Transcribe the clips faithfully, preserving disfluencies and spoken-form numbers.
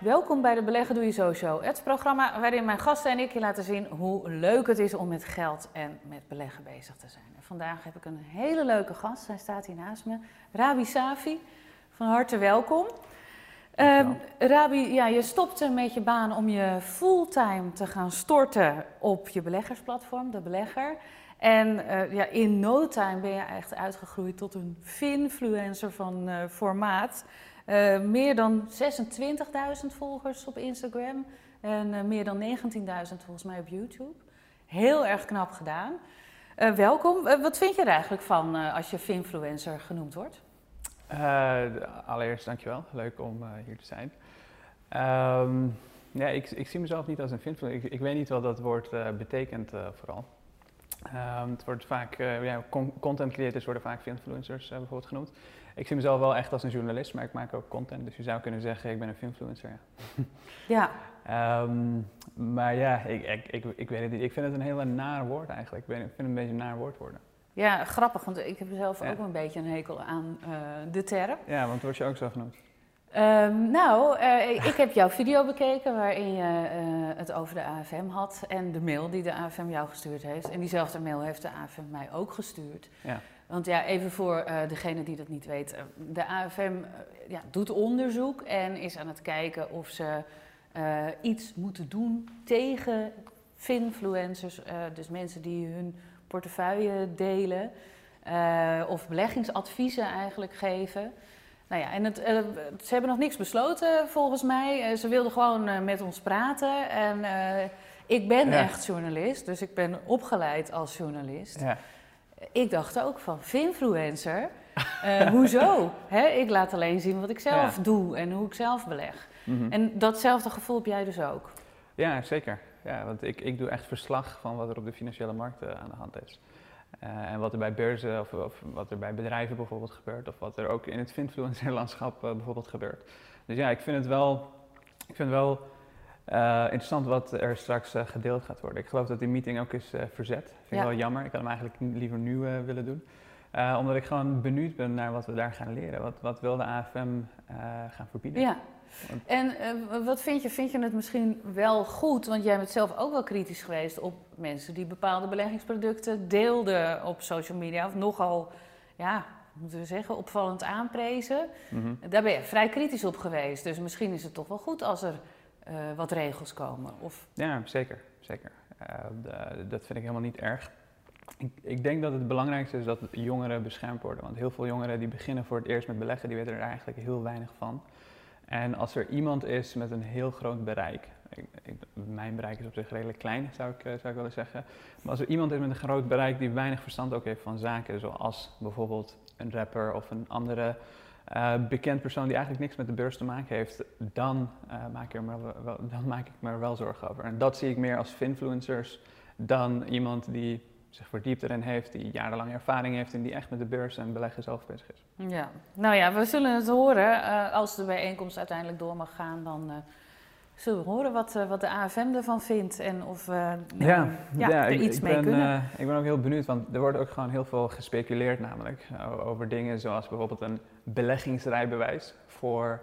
Welkom bij de Beleggen Doe Je Zo Show, het programma waarin mijn gasten en ik je laten zien hoe leuk het is om met geld en met beleggen bezig te zijn. En vandaag heb ik een hele leuke gast, hij staat hier naast me, Rabi Safi. Van harte welkom. Uh, Rabi, ja, je stopte met je baan om je fulltime te gaan storten op je beleggersplatform, De Belegger. En uh, ja, in no time ben je echt uitgegroeid tot een finfluencer van uh, formaat. Uh, meer dan zesentwintigduizend volgers op Instagram en uh, meer dan negentienduizend volgens mij op YouTube. Heel erg knap gedaan. Uh, welkom. Uh, wat vind je er eigenlijk van uh, als je finfluencer genoemd wordt? Uh, allereerst dankjewel, leuk om uh, hier te zijn. Um, ja, ik, ik zie mezelf niet als een finfluencer. Ik, ik weet niet wat dat woord uh, betekent uh, vooral. Um, het wordt vaak, uh, ja, content creators worden vaak finfluencers uh, bijvoorbeeld genoemd. Ik zie mezelf wel echt als een journalist, maar ik maak ook content. Dus je zou kunnen zeggen, ik ben een finfluencer. Ja. ja. Um, maar ja, ik, ik, ik, ik weet het niet. Ik vind het een heel naar woord eigenlijk. Ik, ben, ik vind het een beetje een naar woord worden. Ja, grappig, want ik heb zelf ja. ook een beetje een hekel aan uh, de term. Ja, want word je ook zo genoemd? Um, nou, uh, ik heb jouw video bekeken waarin je uh, het over de A F M had en de mail die de A F M jou gestuurd heeft. En diezelfde mail heeft de A F M mij ook gestuurd. Ja. Want ja, even voor uh, degene die dat niet weet, uh, de A F M uh, ja, doet onderzoek en is aan het kijken of ze uh, iets moeten doen tegen finfluencers, uh, dus mensen die hun portefeuille delen uh, of beleggingsadviezen eigenlijk geven. Nou ja, en het, uh, ze hebben nog niks besloten volgens mij. Uh, ze wilden gewoon uh, met ons praten. En uh, ik ben ja. echt journalist, dus ik ben opgeleid als journalist. Ja. Ik dacht ook van, finfluencer, uh, hoezo? Hè? Ik laat alleen zien wat ik zelf ja. doe en hoe ik zelf beleg. Mm-hmm. En datzelfde gevoel heb jij dus ook? Ja, zeker. Ja, want ik, ik doe echt verslag van wat er op de financiële markten aan de hand is. Uh, en wat er bij beurzen of, of wat er bij bedrijven bijvoorbeeld gebeurt, of wat er ook in het finfluencerlandschap uh, bijvoorbeeld gebeurt. Dus ja, ik vind het wel, ik vind het wel uh, interessant wat er straks uh, gedeeld gaat worden. Ik geloof dat die meeting ook is uh, verzet. Vind ik ja. wel jammer. Ik had hem eigenlijk liever nu uh, willen doen. Uh, omdat ik gewoon benieuwd ben naar wat we daar gaan leren. Wat, wat wil de A F M uh, gaan verbieden? Ja. En uh, wat vind je? Vind je het misschien wel goed? Want jij bent zelf ook wel kritisch geweest op mensen die bepaalde beleggingsproducten deelden op social media. Of nogal, ja, moeten we zeggen, opvallend aanprezen. Mm-hmm. Daar ben je vrij kritisch op geweest. Dus misschien is het toch wel goed als er uh, wat regels komen. Of... Ja, zeker. zeker. Uh, de, dat vind ik helemaal niet erg. Ik, ik denk dat het belangrijkste is dat jongeren beschermd worden. Want heel veel jongeren die beginnen voor het eerst met beleggen, die weten er eigenlijk heel weinig van. En als er iemand is met een heel groot bereik, ik, ik, mijn bereik is op zich redelijk klein, zou ik, zou ik willen zeggen. Maar als er iemand is met een groot bereik die weinig verstand ook heeft van zaken, zoals bijvoorbeeld een rapper of een andere uh, bekend persoon die eigenlijk niks met de beurs te maken heeft, dan, uh, maak, ik er maar wel, dan maak ik me er wel zorgen over. En dat zie ik meer als finfluencers dan iemand die zich verdiept erin heeft, die jarenlang ervaring heeft en die echt met de beurs en beleggen zelf bezig is. Ja, nou ja, we zullen het horen. Uh, als de bijeenkomst uiteindelijk door mag gaan, dan uh, zullen we horen wat, uh, wat de A F M ervan vindt en of we uh, ja, ja, ja, er ik, iets ik mee ben, kunnen. Uh, ik ben ook heel benieuwd, want er wordt ook gewoon heel veel gespeculeerd namelijk uh, over dingen zoals bijvoorbeeld een beleggingsrijbewijs voor,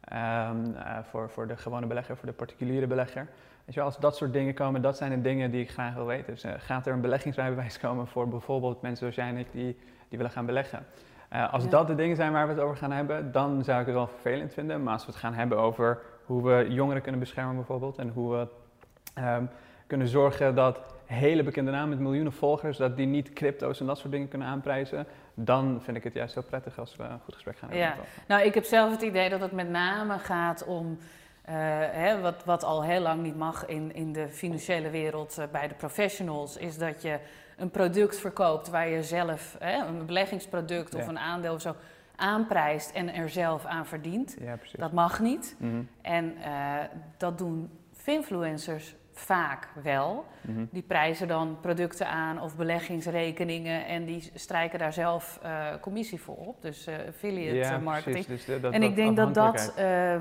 um, uh, voor, voor de gewone belegger, voor de particuliere belegger. Weet je wel, als dat soort dingen komen, dat zijn de dingen die ik graag wil weten. Dus uh, gaat er een beleggingsrijbewijs komen voor bijvoorbeeld mensen zoals jij en ik die, die willen gaan beleggen? Uh, als ja. dat de dingen zijn waar we het over gaan hebben, dan zou ik het wel vervelend vinden. Maar als we het gaan hebben over hoe we jongeren kunnen beschermen bijvoorbeeld en hoe we um, kunnen zorgen dat hele bekende namen met miljoenen volgers, dat die niet crypto's en dat soort dingen kunnen aanprijzen, dan vind ik het juist heel prettig als we een goed gesprek gaan hebben. Ja. Nou, ik heb zelf het idee dat het met name gaat om Uh, hè, wat, wat al heel lang niet mag in, in de financiële wereld uh, bij de professionals, is dat je een product verkoopt waar je zelf, hè, een beleggingsproduct ja. of een aandeel of zo, aanprijst en er zelf aan verdient. Ja, dat mag niet. Mm-hmm. En uh, dat doen finfluencers vaak wel. Mm-hmm. Die prijzen dan producten aan of beleggingsrekeningen en die strijken daar zelf uh, commissie voor op. Dus uh, affiliate ja, marketing. Dus de, dat, en ik denk dat dat uh,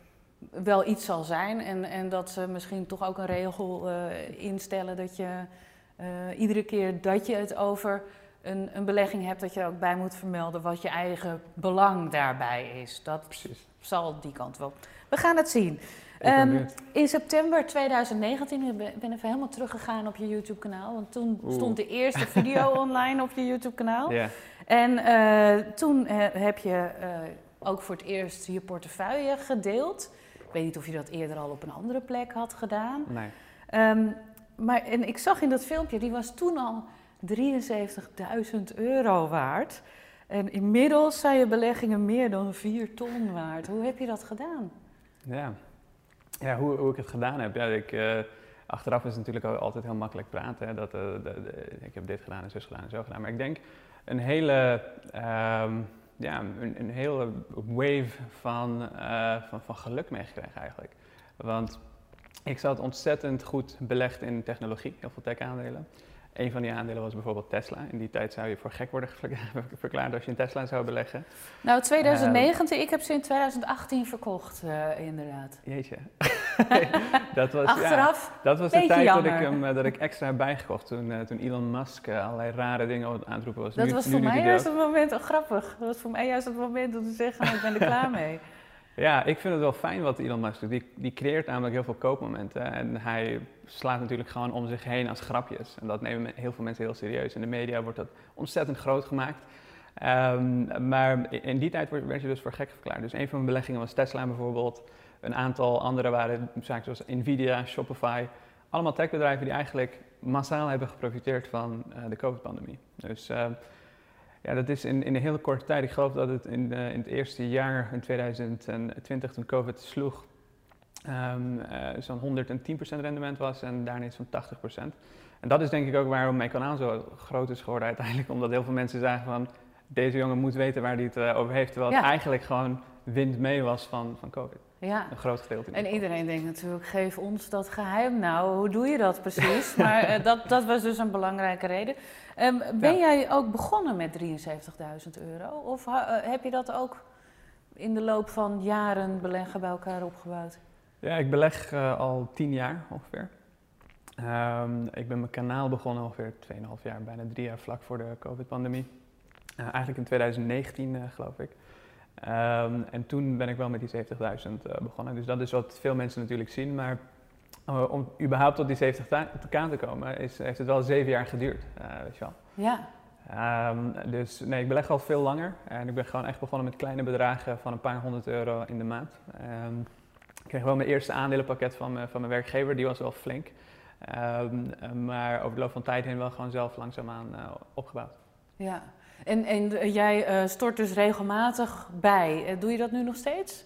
wel iets zal zijn en, en dat ze misschien toch ook een regel uh, instellen dat je uh, iedere keer dat je het over een, een belegging hebt, dat je ook bij moet vermelden wat je eigen belang daarbij is. Dat Precies. zal die kant wel. We gaan het zien. Um, in september tweeduizend negentien, ik ben even helemaal teruggegaan op je YouTube-kanaal, want toen Oeh. stond de eerste video online op je YouTube-kanaal. Yeah. En uh, toen uh, heb je uh, ook voor het eerst je portefeuille gedeeld. Ik weet niet of je dat eerder al op een andere plek had gedaan. Nee. Um, maar en ik zag in dat filmpje, die was toen al drieënzeventigduizend euro waard. En inmiddels zijn je beleggingen meer dan vier ton waard. Hoe heb je dat gedaan? Ja. Ja, hoe, hoe ik het gedaan heb. Ja, ik, uh, achteraf is het natuurlijk ook altijd heel makkelijk praten. Hè, dat, uh, de, de, ik heb dit gedaan en zus gedaan en zo gedaan. Maar ik denk een hele, um, ja, een, een hele wave van, uh, van, van geluk meegekregen eigenlijk. Want ik zat ontzettend goed belegd in technologie, heel veel tech-aandelen. Een van die aandelen was bijvoorbeeld Tesla. In die tijd zou je voor gek worden verklaard als je in Tesla zou beleggen. Nou, twintig negentien, uh, ik heb ze in twintig achttien verkocht, uh, inderdaad. Jeetje. dat was, Achteraf, ja, dat was de tijd dat ik, hem, dat ik extra heb bijgekocht. Toen, uh, toen Elon Musk uh, allerlei rare dingen aan het aanroepen was. Dat nu, was nu voor mij juist het moment, oh, grappig. Dat was voor mij juist het moment om te zeggen, ik ben er klaar mee. Ja, ik vind het wel fijn wat Elon Musk doet. Die, die creëert namelijk heel veel koopmomenten. En hij slaat natuurlijk gewoon om zich heen als grapjes. En dat nemen heel veel mensen heel serieus. In de media wordt dat ontzettend groot gemaakt. Um, maar in die tijd werd je dus voor gek verklaard. Dus een van mijn beleggingen was Tesla bijvoorbeeld. Een aantal andere waren zaken zoals Nvidia, Shopify. Allemaal techbedrijven die eigenlijk massaal hebben geprofiteerd van uh, de COVID-pandemie. Dus uh, ja, dat is in, in een hele korte tijd. Ik geloof dat het in, uh, in het eerste jaar, in twintig twintig, toen COVID sloeg, um, uh, zo'n honderdtien procent rendement was en daarna iets van tachtig procent. En dat is denk ik ook waarom mijn kanaal zo groot is geworden uiteindelijk. Omdat heel veel mensen zagen van, deze jongen moet weten waar hij het uh, over heeft. Terwijl ja. het eigenlijk gewoon wind mee was van, van COVID. Ja. Een groot gedeelte. En iedereen denkt natuurlijk, geef ons dat geheim nou, hoe doe je dat precies? Maar uh, dat, dat was dus een belangrijke reden. Um, ben ja. jij ook begonnen met drieënzeventigduizend euro? Of uh, heb je dat ook in de loop van jaren beleggen bij elkaar opgebouwd? Ja, ik beleg uh, al tien jaar ongeveer. Um, ik ben mijn kanaal begonnen ongeveer twee komma vijf jaar, bijna drie jaar vlak voor de COVID-pandemie. Uh, eigenlijk in twintig negentien uh, geloof ik. Um, en toen ben ik wel met die zeventigduizend uh, begonnen. Dus dat is wat veel mensen natuurlijk zien. Maar uh, om überhaupt tot die zeventigduizend te komen, is, heeft het wel zeven jaar geduurd. Uh, weet je wel. Ja. Um, dus nee, ik beleg al veel langer. En ik ben gewoon echt begonnen met kleine bedragen van een paar honderd euro in de maand. Um, ik kreeg wel mijn eerste aandelenpakket van, me, van mijn werkgever. Die was wel flink. Um, maar over de loop van tijd heen wel gewoon zelf langzaamaan uh, opgebouwd. Ja. En, en jij uh, stort dus regelmatig bij. Uh, doe je dat nu nog steeds?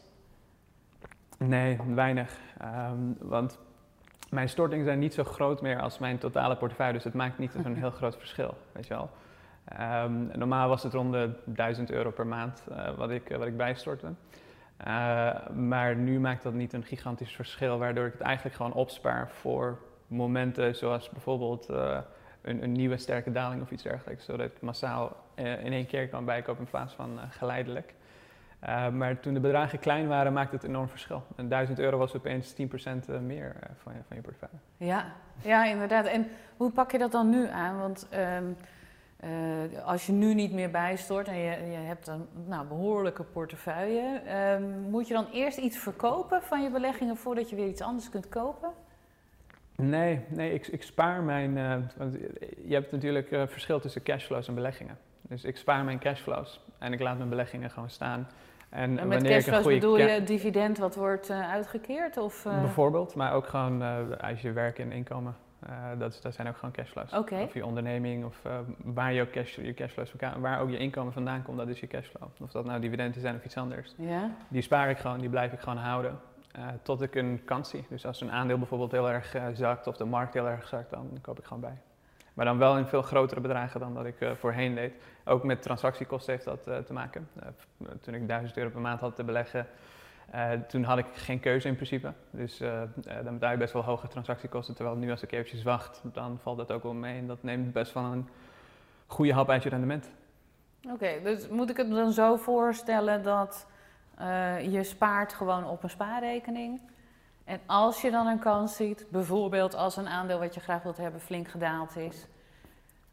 Nee, weinig. Um, want mijn stortingen zijn niet zo groot meer als mijn totale portefeuille. Dus het maakt niet zo'n heel groot verschil, weet je wel. Um, normaal was het rond de duizend euro per maand uh, wat, ik, uh, wat ik bijstortte. Uh, maar nu maakt dat niet een gigantisch verschil, waardoor ik het eigenlijk gewoon opspaar voor momenten zoals bijvoorbeeld uh, een, een nieuwe sterke daling of iets dergelijks. Zodat ik massaal uh, in één keer kan bijkopen in plaats van uh, geleidelijk. Uh, maar toen de bedragen klein waren, maakte het een enorm verschil. En duizend euro was opeens tien procent meer uh, van, je, van je portefeuille. Ja, ja, inderdaad. En hoe pak je dat dan nu aan? Want um, uh, als je nu niet meer bijstort en je, je hebt een nou, behoorlijke portefeuille, um, moet je dan eerst iets verkopen van je beleggingen voordat je weer iets anders kunt kopen? Nee, nee ik, ik spaar mijn... Uh, want je hebt natuurlijk uh, verschil tussen cashflows en beleggingen. Dus ik spaar mijn cashflows en ik laat mijn beleggingen gewoon staan. En, en met cashflows bedoel je het dividend wat wordt uh, uitgekeerd? Of, uh... Bijvoorbeeld, maar ook gewoon uh, als je werk en inkomen. Uh, dat, dat zijn ook gewoon cashflows. Okay. Of je onderneming of uh, waar je, cash, je cashflows, waar ook je inkomen vandaan komt, dat is je cashflow. Of dat nou dividenden zijn of iets anders. Ja. Die spaar ik gewoon, die blijf ik gewoon houden. Uh, tot ik een kans zie. Dus als een aandeel bijvoorbeeld heel erg uh, zakt of de markt heel erg zakt, dan koop ik gewoon bij. Maar dan wel in veel grotere bedragen dan dat ik uh, voorheen deed. Ook met transactiekosten heeft dat uh, te maken. Uh, toen ik duizend euro per maand had te beleggen, uh, toen had ik geen keuze in principe. Dus uh, uh, dan betaal je best wel hoge transactiekosten. Terwijl nu als ik eventjes wacht, dan valt dat ook wel mee. En dat neemt best wel een goede hap uit je rendement. Oké, okay, dus moet ik het dan zo voorstellen dat uh, je spaart gewoon op een spaarrekening. En als je dan een kans ziet, bijvoorbeeld als een aandeel wat je graag wilt hebben flink gedaald is,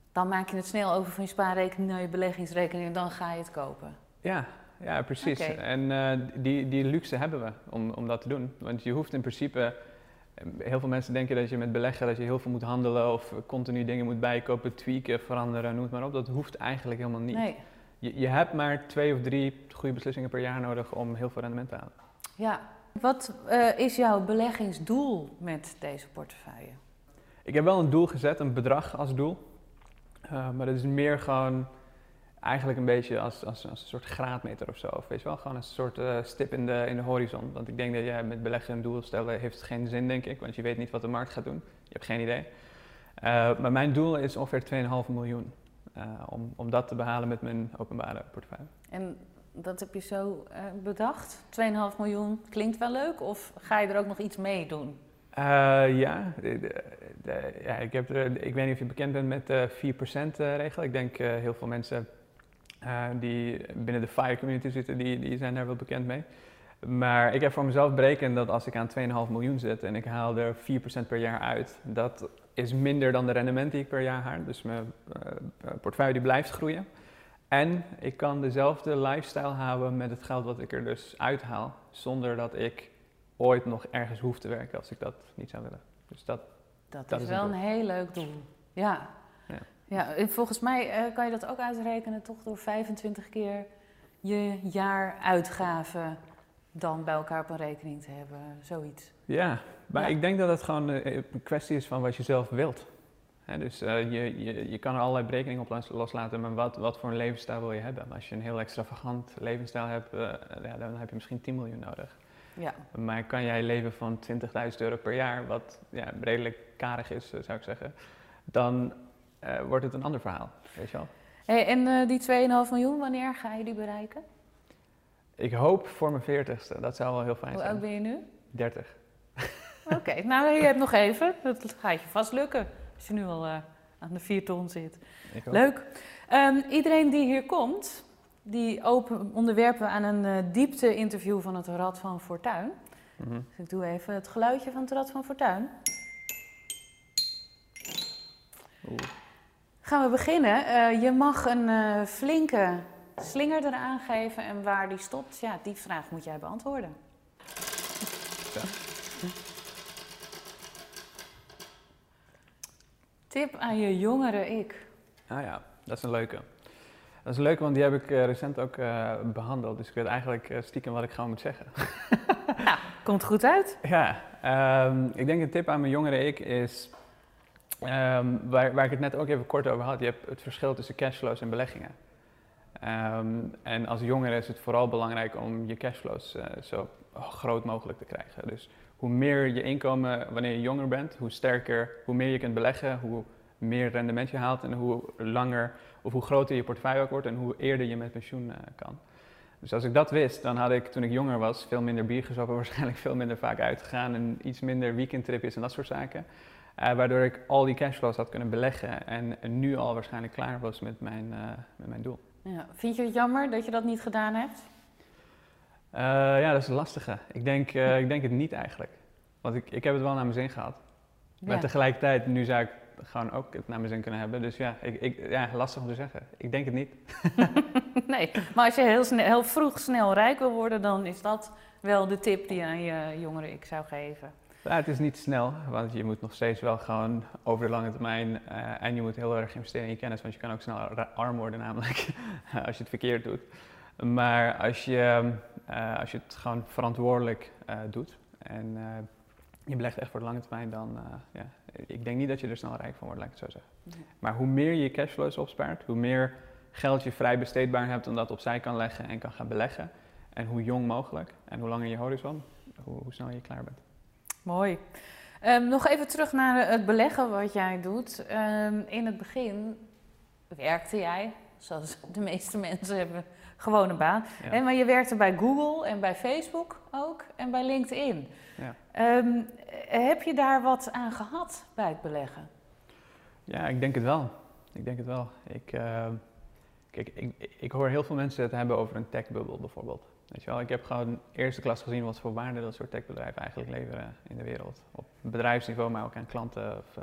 Dan maak je het snel over van je spaarrekening naar je beleggingsrekening en dan ga je het kopen. Ja, ja precies. Okay. En uh, die, die luxe hebben we om, om dat te doen. Want je hoeft in principe, heel veel mensen denken dat je met beleggen, dat je heel veel moet handelen of continu dingen moet bijkopen, tweaken, veranderen, noem het maar op. Dat hoeft eigenlijk helemaal niet. Nee. Je, je hebt maar twee of drie goede beslissingen per jaar nodig om heel veel rendement te halen. Ja. Wat uh, is jouw beleggingsdoel met deze portefeuille? Ik heb wel een doel gezet, een bedrag als doel. Uh, maar dat is meer gewoon eigenlijk een beetje als, als, als een soort graadmeter of zo. Of weet je wel, gewoon een soort uh, stip in de, in de horizon. Want ik denk dat jij met beleggen een doel stellen heeft geen zin, denk ik. Want je weet niet wat de markt gaat doen. Je hebt geen idee. Uh, maar mijn doel is ongeveer twee komma vijf miljoen. Uh, om, om dat te behalen met mijn openbare portefeuille. En dat heb je zo uh, bedacht? twee komma vijf miljoen klinkt wel leuk? Of ga je er ook nog iets mee doen? Uh, ja, de, de, de, ja ik, heb er, ik weet niet of je bekend bent met de vier procent regel. Ik denk uh, heel veel mensen uh, die binnen de FIRE community zitten, die, die zijn daar wel bekend mee. Maar ik heb voor mezelf berekend dat als ik aan twee komma vijf miljoen zit en ik haal er vier procent per jaar uit, dat is minder dan de rendement die ik per jaar haal. Dus mijn uh, portefeuille die blijft groeien. En ik kan dezelfde lifestyle houden met het geld wat ik er dus uithaal, zonder dat ik ooit nog ergens hoef te werken als ik dat niet zou willen. Dus dat, dat, dat is, is wel een heel leuk doel. Ja. Ja. Ja, volgens mij uh, kan je dat ook uitrekenen toch door vijfentwintig keer je jaaruitgaven dan bij elkaar op een rekening te hebben, zoiets. Ja, maar ja. Ik denk dat het gewoon een kwestie is van wat je zelf wilt. He, dus uh, je, je, je kan er allerlei berekeningen op loslaten, maar wat, wat voor een levensstijl wil je hebben? Als je een heel extravagant levensstijl hebt, uh, ja, dan heb je misschien tien miljoen nodig. Ja. Maar kan jij leven van twintigduizend euro per jaar, wat ja, redelijk karig is, zou ik zeggen, dan uh, wordt het een ander verhaal, weet je wel. Hey, en uh, die twee komma vijf miljoen, wanneer ga je die bereiken? Ik hoop voor mijn veertigste, dat zou wel heel fijn Hoe zijn. Hoe oud ben je nu? dertig. Oké, okay, nou je hebt nog even, dat gaat je vast lukken, als je nu al uh, aan de vier ton zit. Leuk. Um, iedereen die hier komt, die open, onderwerpen we aan een uh, diepte-interview van het Rad van Fortuin. Mm-hmm. Dus ik doe even het geluidje van het Rad van Fortuin. Oeh. Gaan we beginnen. Uh, je mag een uh, flinke slinger eraan geven en waar die stopt, ja, die vraag moet jij beantwoorden. Ja. Tip aan je jongere ik. Ah ja, dat is een leuke. Dat is leuk, want die heb ik uh, recent ook uh, behandeld. Dus ik weet eigenlijk uh, stiekem wat ik gewoon moet zeggen. Nou, komt goed uit. Ja, um, ik denk een tip aan mijn jongere ik is, um, waar, waar ik het net ook even kort over had, je hebt het verschil tussen cashflows en beleggingen. Um, en als jongere is het vooral belangrijk om je cashflows uh, zo groot mogelijk te krijgen. Dus hoe meer je inkomen wanneer je jonger bent, hoe sterker, hoe meer je kunt beleggen, hoe meer rendement je haalt en hoe langer of hoe groter je portefeuille ook wordt en hoe eerder je met pensioen uh, kan. Dus als ik dat wist, dan had ik toen ik jonger was veel minder bier gezopen, waarschijnlijk veel minder vaak uitgegaan en iets minder weekendtripjes en dat soort zaken. Uh, waardoor ik al die cashflows had kunnen beleggen en, en nu al waarschijnlijk klaar was met mijn, uh, met mijn doel. Ja, vind je het jammer dat je dat niet gedaan hebt? Uh, ja, dat is een lastige. Ik denk, uh, ik denk het niet eigenlijk. Want ik, ik heb het wel naar mijn zin gehad. Ja. Maar tegelijkertijd, nu zou ik gewoon ook het naar mijn zin kunnen hebben. Dus ja, ik, ik, ja lastig om te zeggen. Ik denk het niet. Nee, maar als je heel, snel, heel vroeg snel rijk wil worden, dan is dat wel de tip die je aan je jongere ik zou geven. Ja, het is niet snel, want je moet nog steeds wel gewoon over de lange termijn uh, en je moet heel erg investeren in je kennis, want je kan ook snel arm worden namelijk als je het verkeerd doet. Maar als je, uh, als je het gewoon verantwoordelijk uh, doet en uh, je belegt echt voor de lange termijn, dan uh, ja, ik denk niet dat je er snel rijk van wordt, laat ik het zo zeggen. Ja. Maar hoe meer je cashflows opspaart, hoe meer geld je vrij besteedbaar hebt om dat opzij kan leggen en kan gaan beleggen. En hoe jong mogelijk en hoe langer je horizon, hoe, hoe snel je klaar bent. Mooi. Um, nog even terug naar het beleggen wat jij doet. Um, in het begin werkte jij, zoals de meeste mensen hebben, gewoon een baan. Ja. He, maar je werkte bij Google en bij Facebook ook en bij LinkedIn. Ja. Um, heb je daar wat aan gehad bij het beleggen? Ja, ik denk het wel. Ik denk het wel. Ik, uh, kijk, ik, ik hoor heel veel mensen het hebben over een techbubbel bijvoorbeeld. Weet je wel, ik heb gewoon eerste klas gezien wat voor waarde dat soort techbedrijven eigenlijk leveren in de wereld. Op bedrijfsniveau, maar ook aan klanten. Of, uh,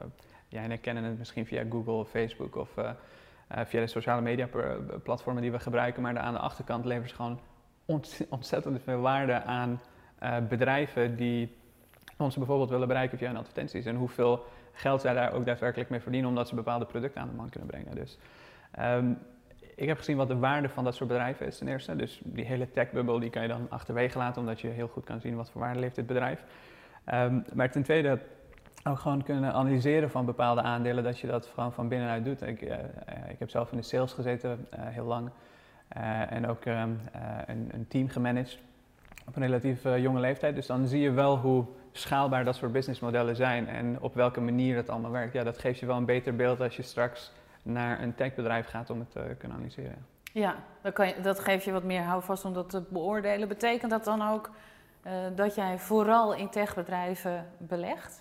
jij en ik kennen het misschien via Google of Facebook of uh, uh, via de sociale media platformen die we gebruiken, maar aan de achterkant leveren ze gewoon ontzettend veel waarde aan uh, bedrijven die ons bijvoorbeeld willen bereiken via hun advertenties en hoeveel geld zij daar ook daadwerkelijk mee verdienen omdat ze bepaalde producten aan de man kunnen brengen. Dus um, ik heb gezien wat de waarde van dat soort bedrijven is ten eerste. Dus die hele techbubbel die kan je dan achterwege laten omdat je heel goed kan zien wat voor waarde heeft dit bedrijf. Um, maar ten tweede ook gewoon kunnen analyseren van bepaalde aandelen, dat je dat gewoon van binnenuit doet. Ik, uh, ik heb zelf in de sales gezeten, uh, heel lang. Uh, en ook um, uh, een, een team gemanaged op een relatief uh, jonge leeftijd. Dus dan zie je wel hoe schaalbaar dat soort businessmodellen zijn en op welke manier het allemaal werkt. Ja, dat geeft je wel een beter beeld als je straks naar een techbedrijf gaat om het te kunnen analyseren. Ja, dan kan je, dat geeft je wat meer houvast om dat te beoordelen. Betekent dat dan ook uh, dat jij vooral in techbedrijven belegt?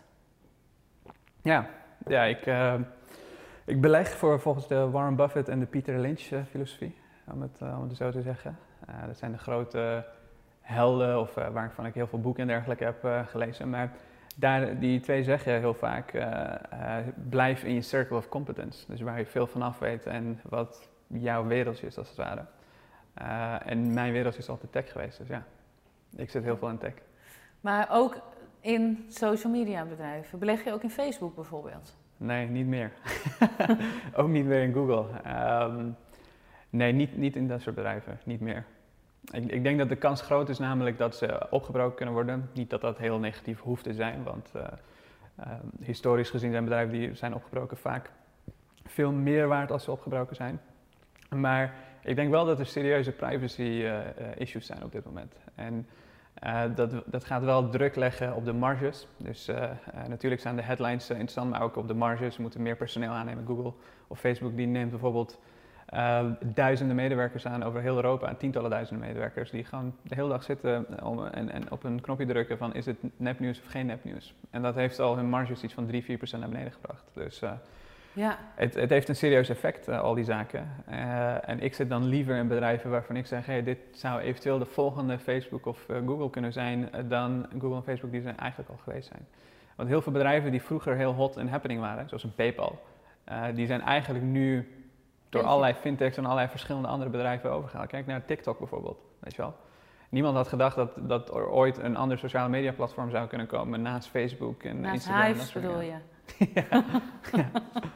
Ja, ja ik, uh, ik beleg voor volgens de Warren Buffett en de Peter Lynch uh, filosofie, om het, uh, om het zo te zeggen. Uh, dat zijn de grote helden of uh, waarvan ik heel veel boeken en dergelijke heb uh, gelezen. Maar daar, die twee zeggen heel vaak, uh, uh, blijf in je circle of competence. Dus waar je veel van af weet en wat jouw wereldje is als het ware. Uh, en mijn wereldje is altijd tech geweest, dus ja, ik zit heel veel in tech. Maar ook in social media bedrijven, beleg je ook in Facebook bijvoorbeeld? Nee, niet meer. Ook niet meer in Google. Um, nee, niet, niet in dat soort bedrijven, niet meer. Ik, ik denk dat de kans groot is namelijk dat ze opgebroken kunnen worden. Niet dat dat heel negatief hoeft te zijn, want uh, uh, historisch gezien zijn bedrijven die zijn opgebroken vaak veel meer waard als ze opgebroken zijn. Maar ik denk wel dat er serieuze privacy uh, uh, issues zijn op dit moment. En uh, dat, dat gaat wel druk leggen op de marges. Dus uh, uh, natuurlijk zijn de headlines uh, interessant, maar ook op de marges. We moeten meer personeel aannemen. Google of Facebook die neemt bijvoorbeeld Uh, duizenden medewerkers aan over heel Europa, tientallen duizenden medewerkers die gewoon de hele dag zitten om, en, en op een knopje drukken van is het nepnieuws of geen nepnieuws. En dat heeft al hun marges iets van drie, vier procent naar beneden gebracht. Dus uh, ja. het, het heeft een serieus effect, uh, al die zaken. Uh, en ik zit dan liever in bedrijven waarvan ik zeg, hey, dit zou eventueel de volgende Facebook of uh, Google kunnen zijn uh, dan Google en Facebook die ze eigenlijk al geweest zijn. Want heel veel bedrijven die vroeger heel hot en happening waren, zoals een PayPal, uh, die zijn eigenlijk nu door allerlei fintechs en allerlei verschillende andere bedrijven overgehaald. Kijk naar TikTok bijvoorbeeld, weet je wel. Niemand had gedacht dat, dat er ooit een ander sociale media platform zou kunnen komen naast Facebook en naast Instagram. Naast Hives bedoel je? Ja. Ja.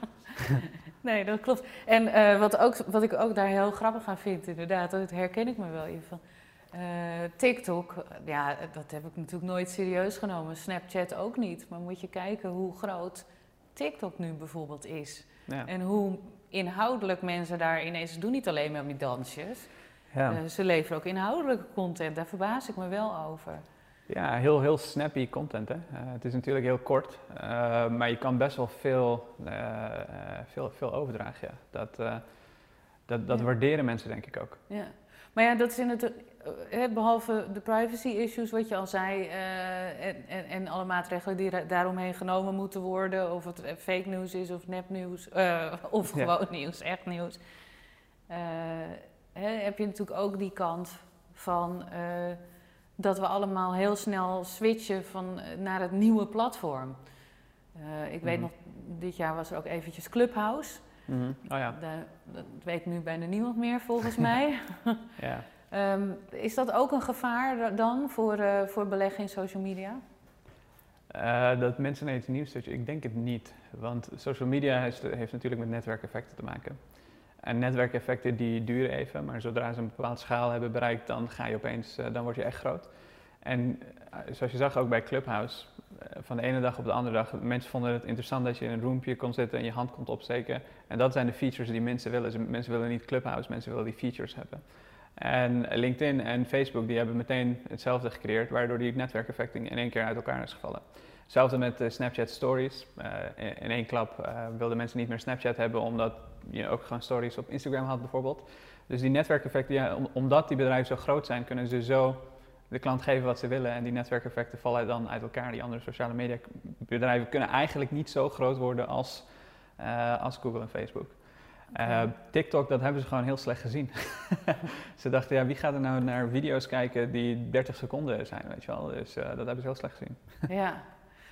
Nee, dat klopt. En uh, wat, ook, wat ik ook daar heel grappig aan vind, inderdaad, dat herken ik me wel even van. Uh, TikTok, ja, dat heb ik natuurlijk nooit serieus genomen. Snapchat ook niet. Maar moet je kijken hoe groot TikTok nu bijvoorbeeld is. Ja. En hoe inhoudelijk mensen daar ineens doen, niet alleen maar met dansjes. Ja. Uh, ze leveren ook inhoudelijke content, daar verbaas ik me wel over. Ja, heel, heel snappy content. Hè? Uh, het is natuurlijk heel kort, uh, maar je kan best wel veel, uh, uh, veel, veel overdragen. Ja. Dat, uh, dat, dat ja. waarderen mensen denk ik ook. Ja. Maar ja, dat is in het, uh, behalve de privacy issues wat je al zei uh, en, en, en alle maatregelen die ra- daaromheen genomen moeten worden, of het fake news is of nepnieuws, uh, of gewoon ja. nieuws, echt nieuws. Uh, he, heb je natuurlijk ook die kant van uh, dat we allemaal heel snel switchen van, uh, naar het nieuwe platform. Uh, ik mm-hmm. weet nog, dit jaar was er ook eventjes Clubhouse. Mm-hmm. Oh ja. De, dat weet nu bijna niemand meer volgens mij. Ja. um, is dat ook een gevaar dan voor, uh, voor beleggen in social media? Uh, dat mensen naar iets nieuws switchen? Ik denk het niet. Want social media heeft, heeft natuurlijk met netwerkeffecten te maken. En netwerkeffecten die duren even, maar zodra ze een bepaalde schaal hebben bereikt, dan ga je opeens, uh, dan word je echt groot. En uh, zoals je zag ook bij Clubhouse, uh, van de ene dag op de andere dag, mensen vonden het interessant dat je in een roompje kon zitten en je hand kon opsteken. En dat zijn de features die mensen willen. Dus mensen willen niet Clubhouse, mensen willen die features hebben. En LinkedIn en Facebook die hebben meteen hetzelfde gecreëerd, waardoor die netwerkeffecten in één keer uit elkaar is gevallen. Hetzelfde met uh, Snapchat Stories. Uh, in, in één klap uh, wilden mensen niet meer Snapchat hebben, omdat je ook gewoon stories op Instagram had bijvoorbeeld. Dus die netwerkeffecten, ja, om, omdat die bedrijven zo groot zijn, kunnen ze zo de klant geven wat ze willen. En die netwerkeffecten vallen dan uit elkaar. Die andere sociale media bedrijven kunnen eigenlijk niet zo groot worden als, uh, als Google en Facebook. Uh, TikTok, dat hebben ze gewoon heel slecht gezien. Ze dachten, ja, wie gaat er nou naar video's kijken die dertig seconden zijn, weet je wel. Dus uh, dat hebben ze heel slecht gezien. Ja,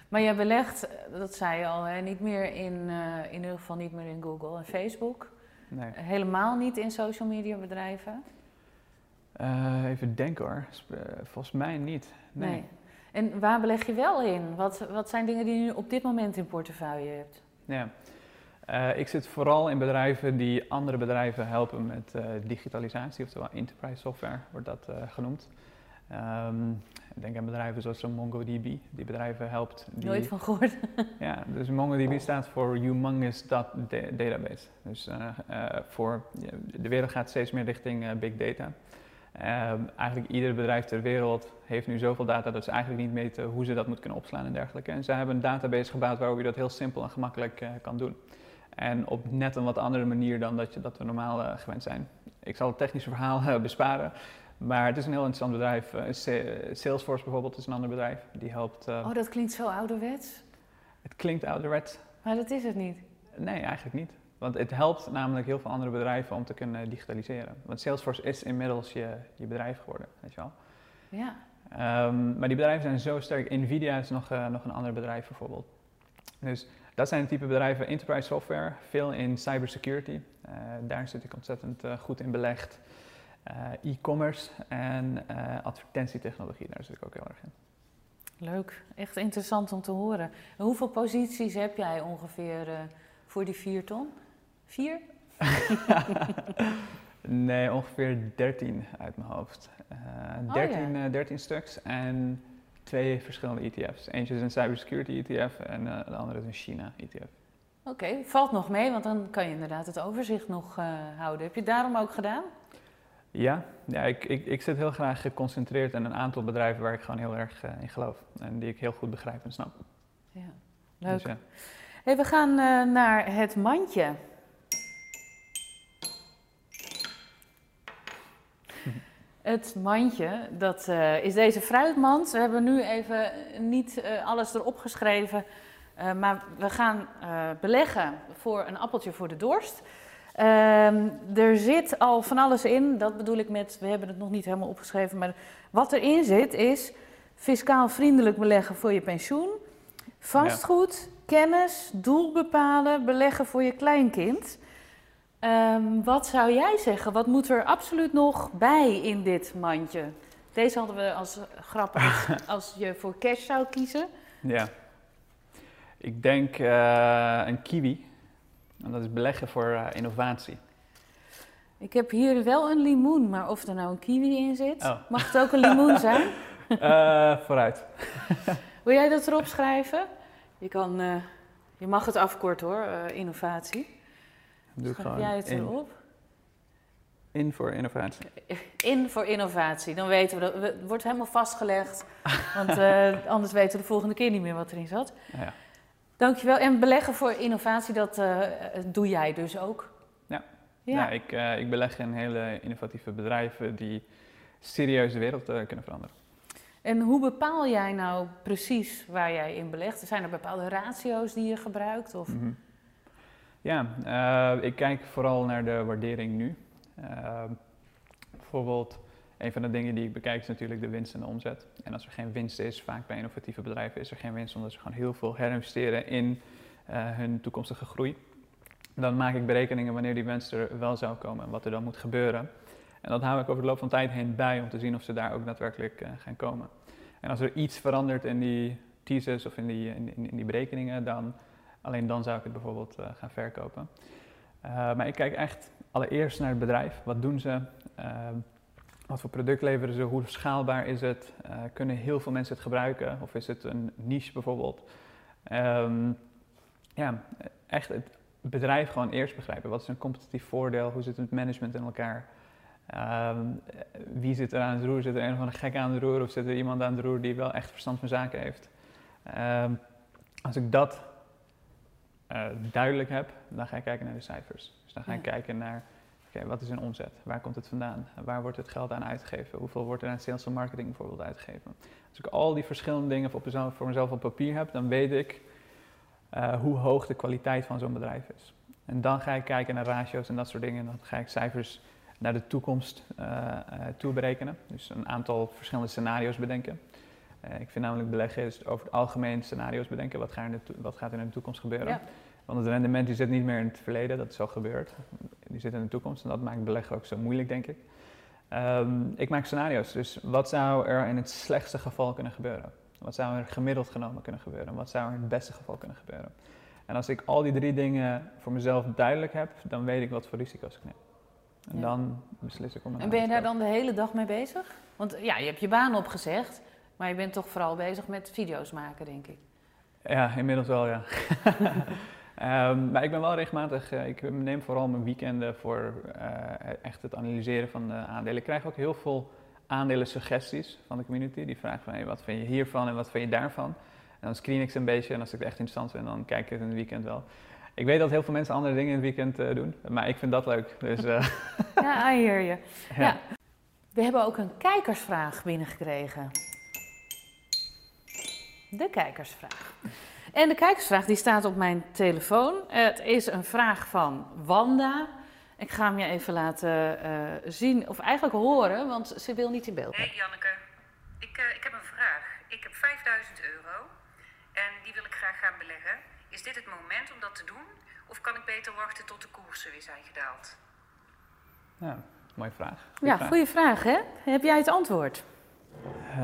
Maar jij belegt, dat zei je al, hè, niet meer in, uh, in ieder geval niet meer in Google en Facebook. Nee. Helemaal niet in social media bedrijven? Uh, even denken hoor, volgens mij niet. Nee. nee. En waar beleg je wel in? Wat, wat zijn dingen die je nu op dit moment in portefeuille hebt? Ja. Uh, ik zit vooral in bedrijven die andere bedrijven helpen met uh, digitalisatie, oftewel enterprise software wordt dat uh, genoemd. Um, ik denk aan bedrijven zoals MongoDB, die bedrijven helpt. Die, Nooit van gehoord. Ja, dus MongoDB staat voor Humongous Database. Dus uh, uh, voor, de wereld gaat steeds meer richting uh, big data. Uh, eigenlijk ieder bedrijf ter wereld heeft nu zoveel data dat ze eigenlijk niet weten hoe ze dat moeten kunnen opslaan en dergelijke. En zij hebben een database gebouwd waarop je dat heel simpel en gemakkelijk uh, kan doen. En op net een wat andere manier dan dat, je, dat we normaal uh, gewend zijn. Ik zal het technische verhaal uh, besparen. Maar het is een heel interessant bedrijf. Uh, Salesforce bijvoorbeeld is een ander bedrijf. Die helpt... Uh, oh, dat klinkt zo ouderwets. Het klinkt ouderwets. Maar dat is het niet. Nee, eigenlijk niet. Want het helpt namelijk heel veel andere bedrijven om te kunnen digitaliseren. Want Salesforce is inmiddels je, je bedrijf geworden, weet je wel. Ja. Um, maar die bedrijven zijn zo sterk. Nvidia is nog, uh, nog een ander bedrijf bijvoorbeeld. Dus dat zijn het type bedrijven, enterprise software, veel in cybersecurity. Uh, daar zit ik ontzettend uh, goed in belegd. Uh, e-commerce en uh, advertentietechnologie, daar zit ik ook heel erg in. Leuk, echt interessant om te horen. En hoeveel posities heb jij ongeveer uh, voor die vier ton? Vier? Nee, ongeveer dertien uit mijn hoofd. Uh, dertien, oh, ja. uh, dertien stuks en twee verschillende E T F's. Eentje is een cybersecurity E T F en uh, de andere is een China E T F. Oké, okay, valt nog mee, want dan kan je inderdaad het overzicht nog uh, houden. Heb je het daarom ook gedaan? Ja, ja ik, ik, ik zit heel graag geconcentreerd in een aantal bedrijven waar ik gewoon heel erg uh, in geloof. En die ik heel goed begrijp en snap. Ja, leuk. Dus, ja. Hey, we gaan uh, naar het mandje. Het mandje, dat uh, is deze fruitmand. We hebben nu even niet uh, alles erop geschreven, uh, maar we gaan uh, beleggen voor een appeltje voor de dorst. Uh, er zit al van alles in, dat bedoel ik met, we hebben het nog niet helemaal opgeschreven, maar wat erin zit is fiscaal vriendelijk beleggen voor je pensioen, vastgoed, ja. kennis, doel bepalen, beleggen voor je kleinkind. Um, wat zou jij zeggen? Wat moet er absoluut nog bij in dit mandje? Deze hadden we als grappig als, als je voor cash zou kiezen. Ja, ik denk uh, een kiwi. En dat is beleggen voor uh, innovatie. Ik heb hier wel een limoen, maar of er nou een kiwi in zit, oh. mag het ook een limoen zijn? uh, vooruit. Wil jij dat erop schrijven? Je, kan, uh, je mag het afkorten hoor, uh, innovatie. Doe Schrijf jij het in, erop? In voor innovatie. In voor innovatie. Dan weten we dat. Het wordt helemaal vastgelegd. Want uh, anders weten we de volgende keer niet meer wat erin zat. Ja. Dankjewel. En beleggen voor innovatie, dat uh, doe jij dus ook? Ja. ja. ja ik, uh, ik beleg in hele innovatieve bedrijven die serieus de wereld uh, kunnen veranderen. En hoe bepaal jij nou precies waar jij in belegt? Zijn er bepaalde ratio's die je gebruikt? Of? Mm-hmm. Ja, uh, ik kijk vooral naar de waardering nu. Uh, bijvoorbeeld, een van de dingen die ik bekijk is natuurlijk de winst en de omzet. En als er geen winst is, vaak bij innovatieve bedrijven is er geen winst, omdat ze gewoon heel veel herinvesteren in uh, hun toekomstige groei. Dan maak ik berekeningen wanneer die winst er wel zou komen en wat er dan moet gebeuren. En dat hou ik over de loop van tijd heen bij om te zien of ze daar ook daadwerkelijk uh, gaan komen. En als er iets verandert in die thesis of in die, in, in, in die berekeningen, dan... Alleen dan zou ik het bijvoorbeeld uh, gaan verkopen. Uh, maar ik kijk echt allereerst naar het bedrijf. Wat doen ze? Uh, wat voor product leveren ze? Hoe schaalbaar is het? Uh, kunnen heel veel mensen het gebruiken? Of is het een niche bijvoorbeeld? Um, ja, echt het bedrijf gewoon eerst begrijpen. Wat is een competitief voordeel? Hoe zit het management in elkaar? Um, wie zit er aan het roer? Zit er een of andere gek aan het roer? Of zit er iemand aan het roer die wel echt verstand van zaken heeft? Um, als ik dat... Uh, duidelijk heb, dan ga ik kijken naar de cijfers. Dus dan ga ik ja. kijken naar, oké, okay, wat is een omzet? Waar komt het vandaan? Waar wordt het geld aan uitgegeven? Hoeveel wordt er aan sales en marketing bijvoorbeeld uitgegeven? Als ik al die verschillende dingen voor mezelf, voor mezelf op papier heb, dan weet ik uh, hoe hoog de kwaliteit van zo'n bedrijf is. En dan ga ik kijken naar ratio's en dat soort dingen. En dan ga ik cijfers naar de toekomst uh, uh, toe berekenen. Dus een aantal verschillende scenario's bedenken. Uh, ik vind namelijk beleggen is over het algemeen scenario's bedenken. Wat, ga er to- wat gaat er in de toekomst gebeuren? Ja. Want het rendement die zit niet meer in het verleden, dat is al gebeurd. Die zit in de toekomst en dat maakt beleggen ook zo moeilijk, denk ik. Um, ik maak scenario's, dus wat zou er in het slechtste geval kunnen gebeuren? Wat zou er gemiddeld genomen kunnen gebeuren? Wat zou er in het beste geval kunnen gebeuren? En als ik al die drie dingen voor mezelf duidelijk heb, dan weet ik wat voor risico's ik neem. En ja. dan beslis ik om een En ben je daar dan de hele dag mee bezig? Want ja, je hebt je baan opgezegd, maar je bent toch vooral bezig met video's maken, denk ik. Ja, inmiddels wel, ja. um, maar ik ben wel regelmatig, uh, ik neem vooral mijn weekenden voor uh, echt het analyseren van de aandelen. Ik krijg ook heel veel aandelensuggesties van de community. Die vragen van, hey, wat vind je hiervan en wat vind je daarvan? En dan screen ik ze een beetje en als ik het echt interessant vind, dan kijk ik het in het weekend wel. Ik weet dat heel veel mensen andere dingen in het weekend uh, doen, maar ik vind dat leuk. Dus, uh... ja, I hear je. Ja. Ja. We hebben ook een kijkersvraag binnengekregen. De kijkersvraag. En de kijkersvraag die staat op mijn telefoon. Het is een vraag van Wanda. Ik ga hem je even laten uh, zien, of eigenlijk horen, want ze wil niet in beeld. Hey Janneke, ik, uh, ik heb een vraag. Ik heb vijfduizend euro en die wil ik graag gaan beleggen. Is dit het moment om dat te doen? Of kan ik beter wachten tot de koersen weer zijn gedaald? Ja, mooie vraag. Goeie ja, vraag. goede vraag, hè? Heb jij het antwoord? Uh,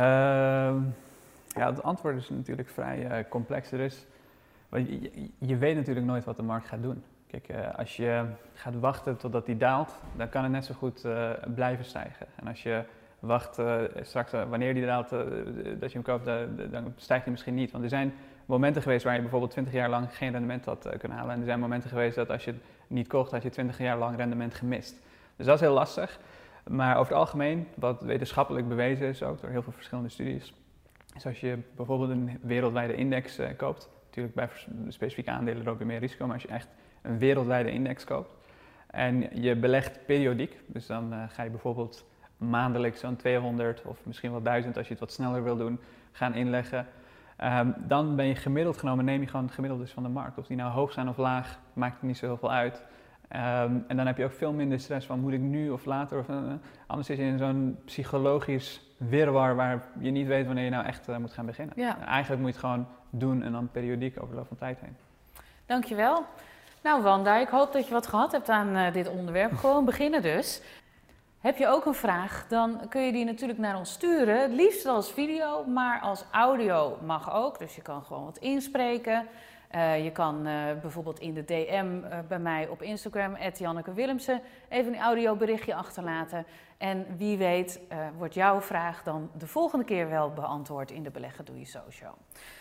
ja, het antwoord is natuurlijk vrij uh, complex. Er is, je, je, je weet natuurlijk nooit wat de markt gaat doen. Kijk, uh, als je gaat wachten totdat die daalt, dan kan het net zo goed uh, blijven stijgen. En als je wacht uh, straks uh, wanneer die daalt, uh, dat je hem koopt, uh, dan stijgt hij misschien niet. Want er zijn momenten geweest waar je bijvoorbeeld twintig jaar lang geen rendement had uh, kunnen halen. En er zijn momenten geweest dat als je het niet kocht, had je twintig jaar lang rendement gemist. Dus dat is heel lastig. Maar over het algemeen, wat wetenschappelijk bewezen is ook door heel veel verschillende studies, is als je bijvoorbeeld een wereldwijde index uh, koopt, natuurlijk bij specifieke aandelen er ook weer meer risico, maar als je echt een wereldwijde index koopt en je belegt periodiek, dus dan uh, ga je bijvoorbeeld maandelijks zo'n tweehonderd of misschien wel duizend als je het wat sneller wil doen, gaan inleggen. Um, dan ben je gemiddeld genomen, neem je gewoon het gemiddelde van de markt. Of die nou hoog zijn of laag, maakt het niet zo heel veel uit. Um, en dan heb je ook veel minder stress van moet ik nu of later. Of, uh, anders zit je in zo'n psychologisch wirwar waar je niet weet wanneer je nou echt uh, moet gaan beginnen. Ja. Uh, eigenlijk moet je het gewoon doen en dan periodiek over de loop van tijd heen. Dankjewel. Nou Wanda, ik hoop dat je wat gehad hebt aan uh, dit onderwerp. Gewoon beginnen dus. Heb je ook een vraag, dan kun je die natuurlijk naar ons sturen. Het liefst als video, maar als audio mag ook. Dus je kan gewoon wat inspreken. Uh, je kan uh, bijvoorbeeld in de D M uh, bij mij op Instagram, at Janneke Willemsen, even een audioberichtje achterlaten. En wie weet uh, wordt jouw vraag dan de volgende keer wel beantwoord in de Beleggen Doe Je Zo show.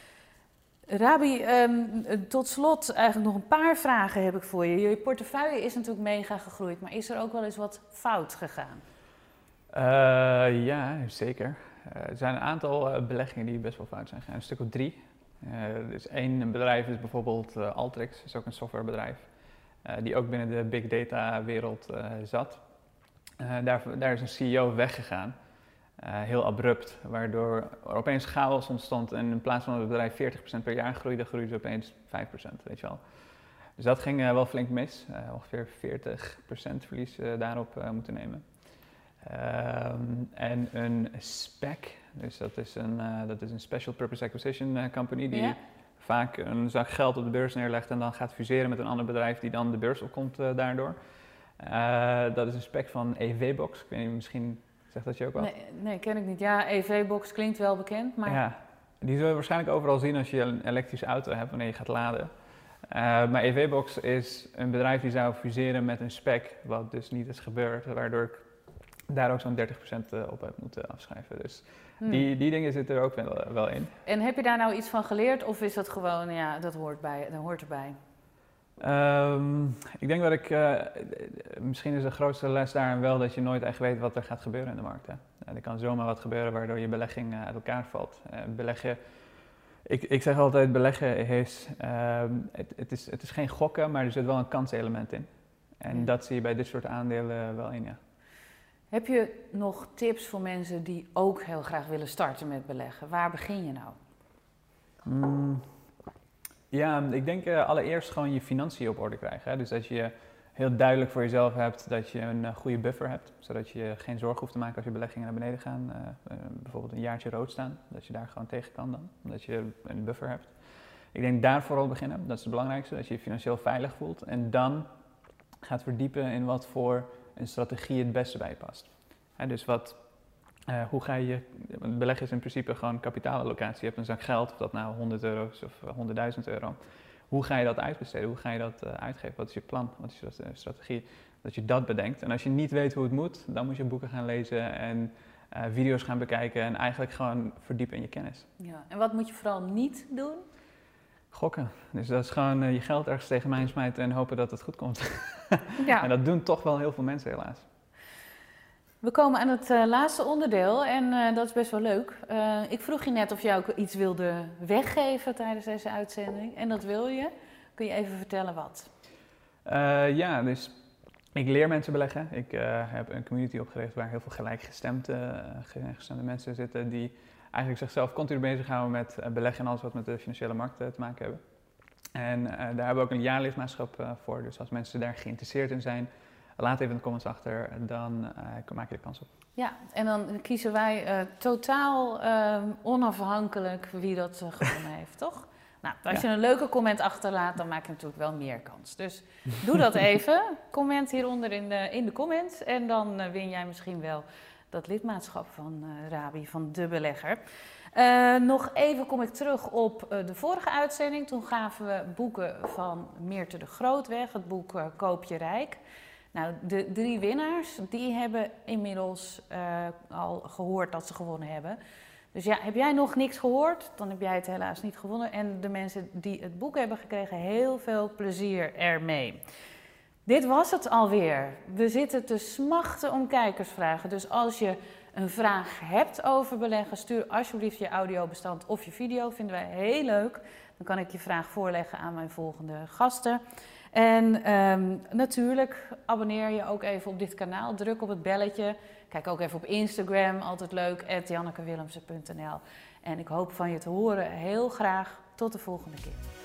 Rabi, um, tot slot eigenlijk nog een paar vragen heb ik voor je. Je portefeuille is natuurlijk mega gegroeid, maar is er ook wel eens wat fout gegaan? Uh, ja, zeker. Uh, er zijn een aantal uh, beleggingen die best wel fout zijn gegaan, een stuk of drie. Uh, er is één bedrijf, is bijvoorbeeld uh, Alteryx, dat is ook een softwarebedrijf, uh, die ook binnen de big data wereld uh, zat. Uh, daar, daar is een C E O weggegaan, uh, heel abrupt, waardoor er opeens chaos ontstond en in plaats van dat het bedrijf veertig procent per jaar groeide, groeide ze opeens vijf procent, weet je wel. Dus dat ging uh, wel flink mis, uh, ongeveer veertig procent verlies uh, daarop uh, moeten nemen. Um, en een SPAC, dus dat is een, uh, dat is een Special Purpose Acquisition uh, Company die ja. vaak een zak geld op de beurs neerlegt en dan gaat fuseren met een ander bedrijf die dan de beurs opkomt uh, daardoor. Uh, dat is een SPAC van E V-Box, ik weet niet, misschien zegt dat je ook wel? Nee, nee, ken ik niet. Ja, E V-Box klinkt wel bekend, maar... Ja, die zul je waarschijnlijk overal zien als je een elektrische auto hebt wanneer je gaat laden. Uh, maar E V-Box is een bedrijf die zou fuseren met een SPAC, wat dus niet is gebeurd, waardoor ik daar ook zo'n dertig procent op heb moeten afschrijven. Dus hmm. die, die dingen zitten er ook wel, wel in. En heb je daar nou iets van geleerd of is dat gewoon, ja, dat hoort, bij, dat hoort erbij? Um, ik denk dat ik, uh, misschien is de grootste les daarin wel dat je nooit echt weet wat er gaat gebeuren in de markt. Hè. Er kan zomaar wat gebeuren waardoor je belegging uh, uit elkaar valt. Uh, beleggen, ik, ik zeg altijd beleggen is, um, het, het is, het is geen gokken, maar er zit wel een kanselement in. En ja. dat zie je bij dit soort aandelen wel in, ja. Heb je nog tips voor mensen die ook heel graag willen starten met beleggen? Waar begin je nou? Mm, ja, ik denk uh, allereerst gewoon je financiën op orde krijgen. Hè? Dus dat je heel duidelijk voor jezelf hebt dat je een uh, goede buffer hebt. Zodat je geen zorgen hoeft te maken als je beleggingen naar beneden gaan. Uh, uh, bijvoorbeeld een jaartje rood staan. Dat je daar gewoon tegen kan dan. Omdat je een buffer hebt. Ik denk daar vooral beginnen. Dat is het belangrijkste. Dat je je financieel veilig voelt. En dan gaat verdiepen in wat voor een strategie het beste bij je past. He, dus wat... Uh, hoe ga je, beleggen is in principe gewoon kapitaalallocatie. Je hebt een zak geld, of dat nou honderd euro is of honderdduizend euro. Hoe ga je dat uitbesteden? Hoe ga je dat uh, uitgeven? Wat is je plan? Wat is je strategie? Dat je dat bedenkt. En als je niet weet hoe het moet, dan moet je boeken gaan lezen en uh, video's gaan bekijken en eigenlijk gewoon verdiepen in je kennis. Ja, en wat moet je vooral niet doen? Gokken. Dus dat is gewoon uh, je geld ergens tegen mij smijten en hopen dat het goed komt. Ja. En dat doen toch wel heel veel mensen helaas. We komen aan het uh, laatste onderdeel en uh, dat is best wel leuk. Uh, ik vroeg je net of je ook iets wilde weggeven tijdens deze uitzending. En dat wil je. Kun je even vertellen wat? Uh, ja, dus ik leer mensen beleggen. Ik uh, heb een community opgericht waar heel veel gelijkgestemde uh, gestemde mensen zitten die eigenlijk zichzelf continu bezighouden met uh, beleggen en alles wat met de financiële markt uh, te maken hebben. En uh, daar hebben we ook een jaarlidmaatschap uh, voor. Dus als mensen daar geïnteresseerd in zijn, laat even in de comments achter, dan uh, maak je de kans op. Ja, en dan kiezen wij uh, totaal uh, onafhankelijk wie dat uh, gewonnen heeft, toch? Nou, als ja. je een leuke comment achterlaat, dan maak je natuurlijk wel meer kans. Dus doe dat even. Comment hieronder in de, in de comments. En dan uh, win jij misschien wel dat lidmaatschap van uh, Rabi, van De Belegger. Uh, nog even kom ik terug op uh, de vorige uitzending. Toen gaven we boeken van Meerte de Groot weg, het boek uh, Koop je Rijk. Nou, de drie winnaars, die hebben inmiddels uh, al gehoord dat ze gewonnen hebben. Dus ja, heb jij nog niks gehoord, dan heb jij het helaas niet gewonnen. En de mensen die het boek hebben gekregen, heel veel plezier ermee. Dit was het alweer. We zitten te smachten om kijkersvragen. Dus als je een vraag hebt over beleggen, stuur alsjeblieft je audiobestand of je video. Vinden wij heel leuk. Dan kan ik je vraag voorleggen aan mijn volgende gasten. En um, natuurlijk abonneer je ook even op dit kanaal. Druk op het belletje. Kijk ook even op Instagram. Altijd leuk. at jannekewillemsen punt n l. En ik hoop van je te horen. Heel graag. Tot de volgende keer.